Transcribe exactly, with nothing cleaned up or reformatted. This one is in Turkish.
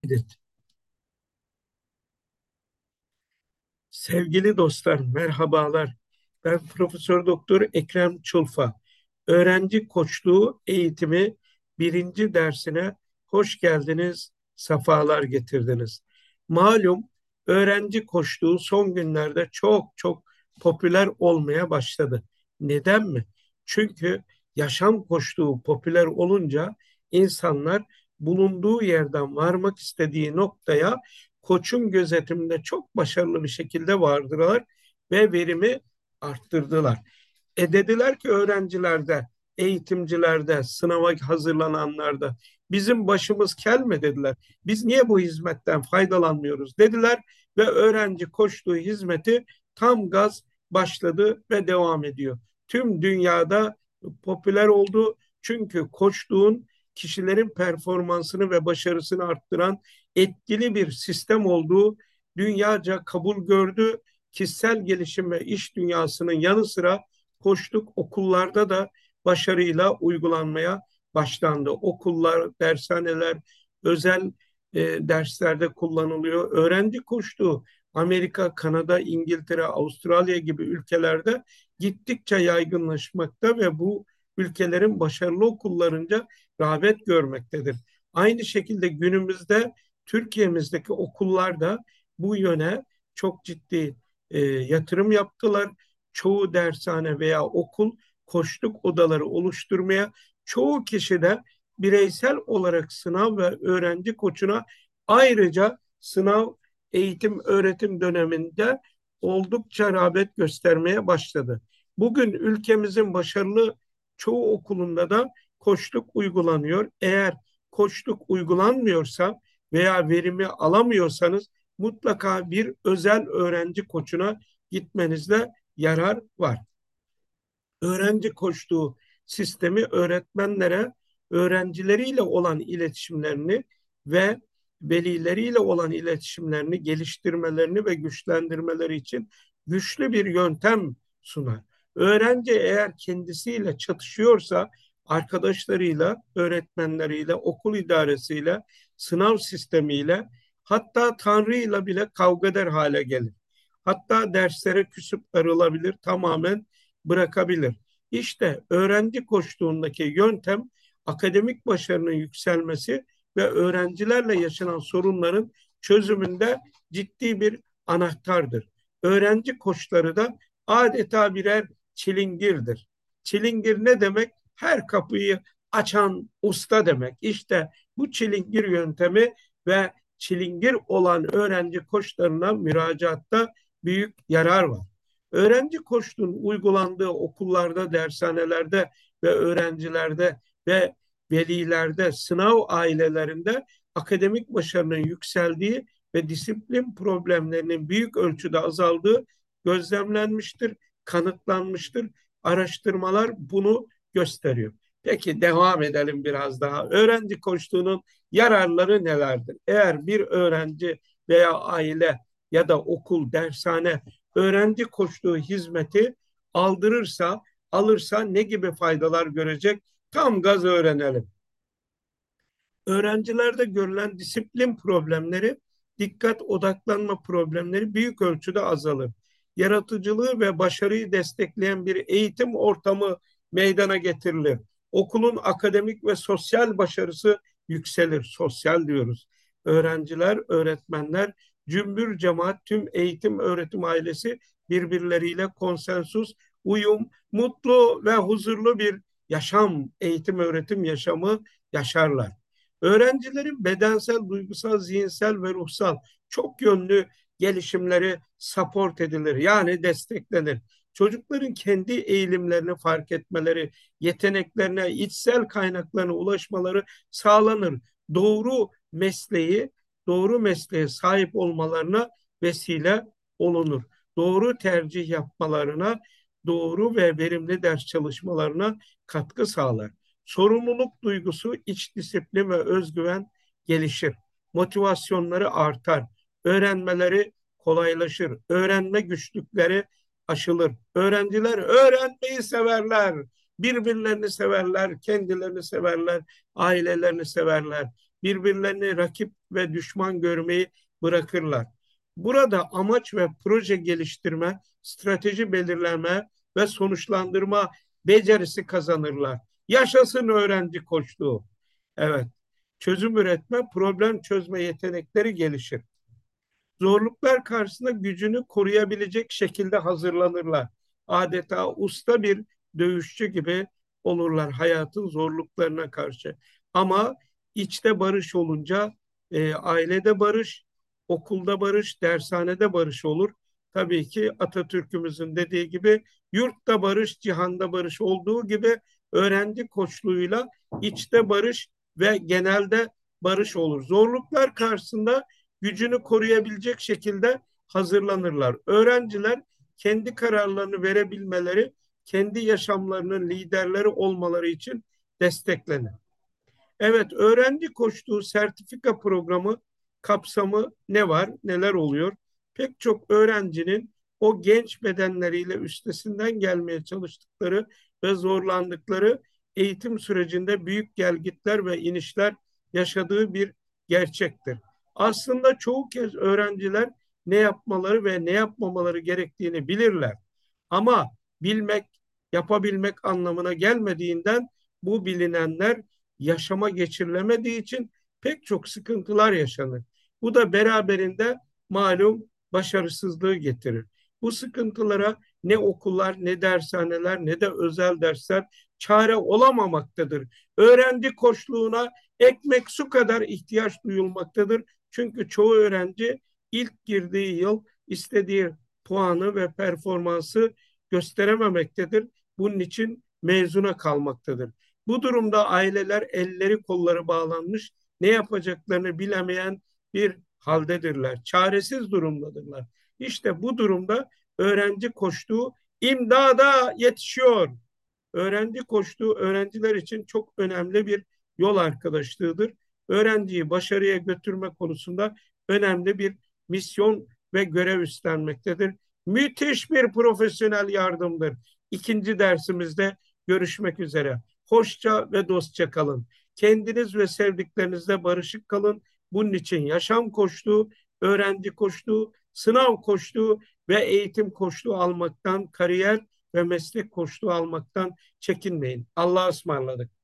Kaydet. Sevgili dostlar, merhabalar. Ben Profesör Doktor Ekrem Çulfa. Öğrenci koçluğu eğitimi birinci dersine hoş geldiniz, sefalar getirdiniz. Malum öğrenci koçluğu son günlerde çok çok popüler olmaya başladı. Neden mi? Çünkü yaşam koçluğu popüler olunca insanlar bulunduğu yerden varmak istediği noktaya koçun gözetiminde çok başarılı bir şekilde vardılar ve verimi arttırdılar. E dediler ki öğrencilerde, eğitimcilerde, sınava hazırlananlarda bizim başımız kel mi dediler. Biz niye bu hizmetten faydalanmıyoruz dediler ve öğrenci koçluğu hizmeti tam gaz başladı ve devam ediyor. Tüm dünyada popüler oldu çünkü koçluğun kişilerin performansını ve başarısını arttıran etkili bir sistem olduğu dünyaca kabul gördü. Kişisel gelişim ve iş dünyasının yanı sıra koçluk okullarda da başarıyla uygulanmaya başlandı. Okullar, dershaneler, özel e, derslerde kullanılıyor. Öğrenci koçluğu Amerika, Kanada, İngiltere, Avustralya gibi ülkelerde gittikçe yaygınlaşmakta ve bu ülkelerin başarılı okullarınca rağbet görmektedir. Aynı şekilde günümüzde Türkiye'mizdeki okullar da bu yöne çok ciddi e, yatırım yaptılar. Çoğu dershane veya okul koçluk odaları oluşturmaya, çoğu kişi de bireysel olarak sınav ve öğrenci koçuna ayrıca sınav eğitim öğretim döneminde oldukça rağbet göstermeye başladı. Bugün ülkemizin başarılı çoğu okulunda da koçluk uygulanıyor. Eğer koçluk uygulanmıyorsa veya verimi alamıyorsanız mutlaka bir özel öğrenci koçuna gitmenizde yarar var. Öğrenci koçluğu sistemi öğretmenlere öğrencileriyle olan iletişimlerini ve velileriyle olan iletişimlerini geliştirmelerini ve güçlendirmeleri için güçlü bir yöntem sunar. Öğrenci eğer kendisiyle çatışıyorsa arkadaşlarıyla, öğretmenleriyle, okul idaresiyle, sınav sistemiyle, hatta Tanrı'yla bile kavga eder hale gelir. Hatta derslere küsüp darılabilir, tamamen bırakabilir. İşte öğrenci koçluğundaki yöntem akademik başarının yükselmesi ve öğrencilerle yaşanan sorunların çözümünde ciddi bir anahtardır. Öğrenci koçları da adeta birer çilingirdir. Çilingir ne demek? Her kapıyı açan usta demek. İşte bu çilingir yöntemi ve çilingir olan öğrenci koçlarına müracaatta büyük yarar var. Öğrenci koçluğunun uygulandığı okullarda, dershanelerde ve öğrencilerde ve velilerde, sınav ailelerinde akademik başarının yükseldiği ve disiplin problemlerinin büyük ölçüde azaldığı gözlemlenmiştir, kanıtlanmıştır. Araştırmalar bunu gösteriyor. Peki devam edelim biraz daha. Öğrenci koçluğunun yararları nelerdir? Eğer bir öğrenci veya aile ya da okul, dershane öğrenci koçluğu hizmeti aldırırsa, alırsa ne gibi faydalar görecek? Tam gaz öğrenelim. Öğrencilerde görülen disiplin problemleri, dikkat odaklanma problemleri büyük ölçüde azalır. Yaratıcılığı ve başarıyı destekleyen bir eğitim ortamı meydana getirilir. Okulun akademik ve sosyal başarısı yükselir. Sosyal diyoruz. Öğrenciler, öğretmenler, cümbür cemaat tüm eğitim öğretim ailesi birbirleriyle konsensus, uyum, mutlu ve huzurlu bir yaşam, eğitim öğretim yaşamı yaşarlar. Öğrencilerin bedensel, duygusal, zihinsel ve ruhsal çok yönlü gelişimleri support edilir. Yani desteklenir. Çocukların kendi eğilimlerini fark etmeleri, yeteneklerine, içsel kaynaklarına ulaşmaları sağlanır. Doğru mesleği, doğru mesleğe sahip olmalarına vesile olunur. Doğru tercih yapmalarına, doğru ve verimli ders çalışmalarına katkı sağlar. Sorumluluk duygusu, iç disiplin ve özgüven gelişir. Motivasyonları artar. Öğrenmeleri kolaylaşır. Öğrenme güçlükleri aşılır. Öğrenciler öğrenmeyi severler. Birbirlerini severler, kendilerini severler, ailelerini severler. birbirlerini rakip ve düşman görmeyi bırakırlar. Burada amaç ve proje geliştirme, strateji belirleme ve sonuçlandırma becerisi kazanırlar. Yaşasın öğrenci koçluğu. Evet, çözüm üretme, problem çözme yetenekleri gelişir. Zorluklar karşısında gücünü koruyabilecek şekilde hazırlanırlar. Adeta usta bir dövüşçü gibi olurlar hayatın zorluklarına karşı. Ama içte barış olunca e, ailede barış, okulda barış, dershanede barış olur. Tabii ki Atatürk'ümüzün dediği gibi yurtta barış, cihanda barış olduğu gibi öğrenci koçluğuyla içte barış ve genelde barış olur. Zorluklar karşısında gücünü koruyabilecek şekilde hazırlanırlar. Öğrenciler kendi kararlarını verebilmeleri, kendi yaşamlarının liderleri olmaları için desteklenir. Evet, öğrenci koçluğu sertifika programı kapsamı ne var, neler oluyor? Pek çok öğrencinin o genç bedenleriyle üstesinden gelmeye çalıştıkları ve zorlandıkları eğitim sürecinde büyük gelgitler ve inişler yaşadığı bir gerçektir. Aslında çoğu kez öğrenciler ne yapmaları ve ne yapmamaları gerektiğini bilirler. Ama bilmek, yapabilmek anlamına gelmediğinden bu bilinenler yaşama geçirilemediği için pek çok sıkıntılar yaşanır. Bu da beraberinde malum başarısızlığı getirir. Bu sıkıntılara ne okullar, ne dershaneler, ne de özel dersler çare olamamaktadır. Öğrenci koçluğuna ekmek su kadar ihtiyaç duyulmaktadır. Çünkü çoğu öğrenci ilk girdiği yıl istediği puanı ve performansı gösterememektedir. Bunun için mezuna kalmaktadır. Bu durumda aileler elleri kolları bağlanmış, ne yapacaklarını bilemeyen bir haldedirler. Çaresiz durumdadırlar. İşte bu durumda öğrenci koçluğu imdada yetişiyor. Öğrenci koçluğu öğrenciler için çok önemli bir yol arkadaşlığıdır. Öğrenciyi başarıya götürme konusunda önemli bir misyon ve görev üstlenmektedir. Müthiş bir profesyonel yardımdır. İkinci dersimizde görüşmek üzere. Hoşça ve dostça kalın. Kendiniz ve sevdiklerinizle barışık kalın. Bunun için yaşam koçluğu, öğrenci koçluğu, sınav koçluğu ve eğitim koçluğu almaktan, kariyer ve meslek koçluğu almaktan çekinmeyin. Allah'a ısmarladık.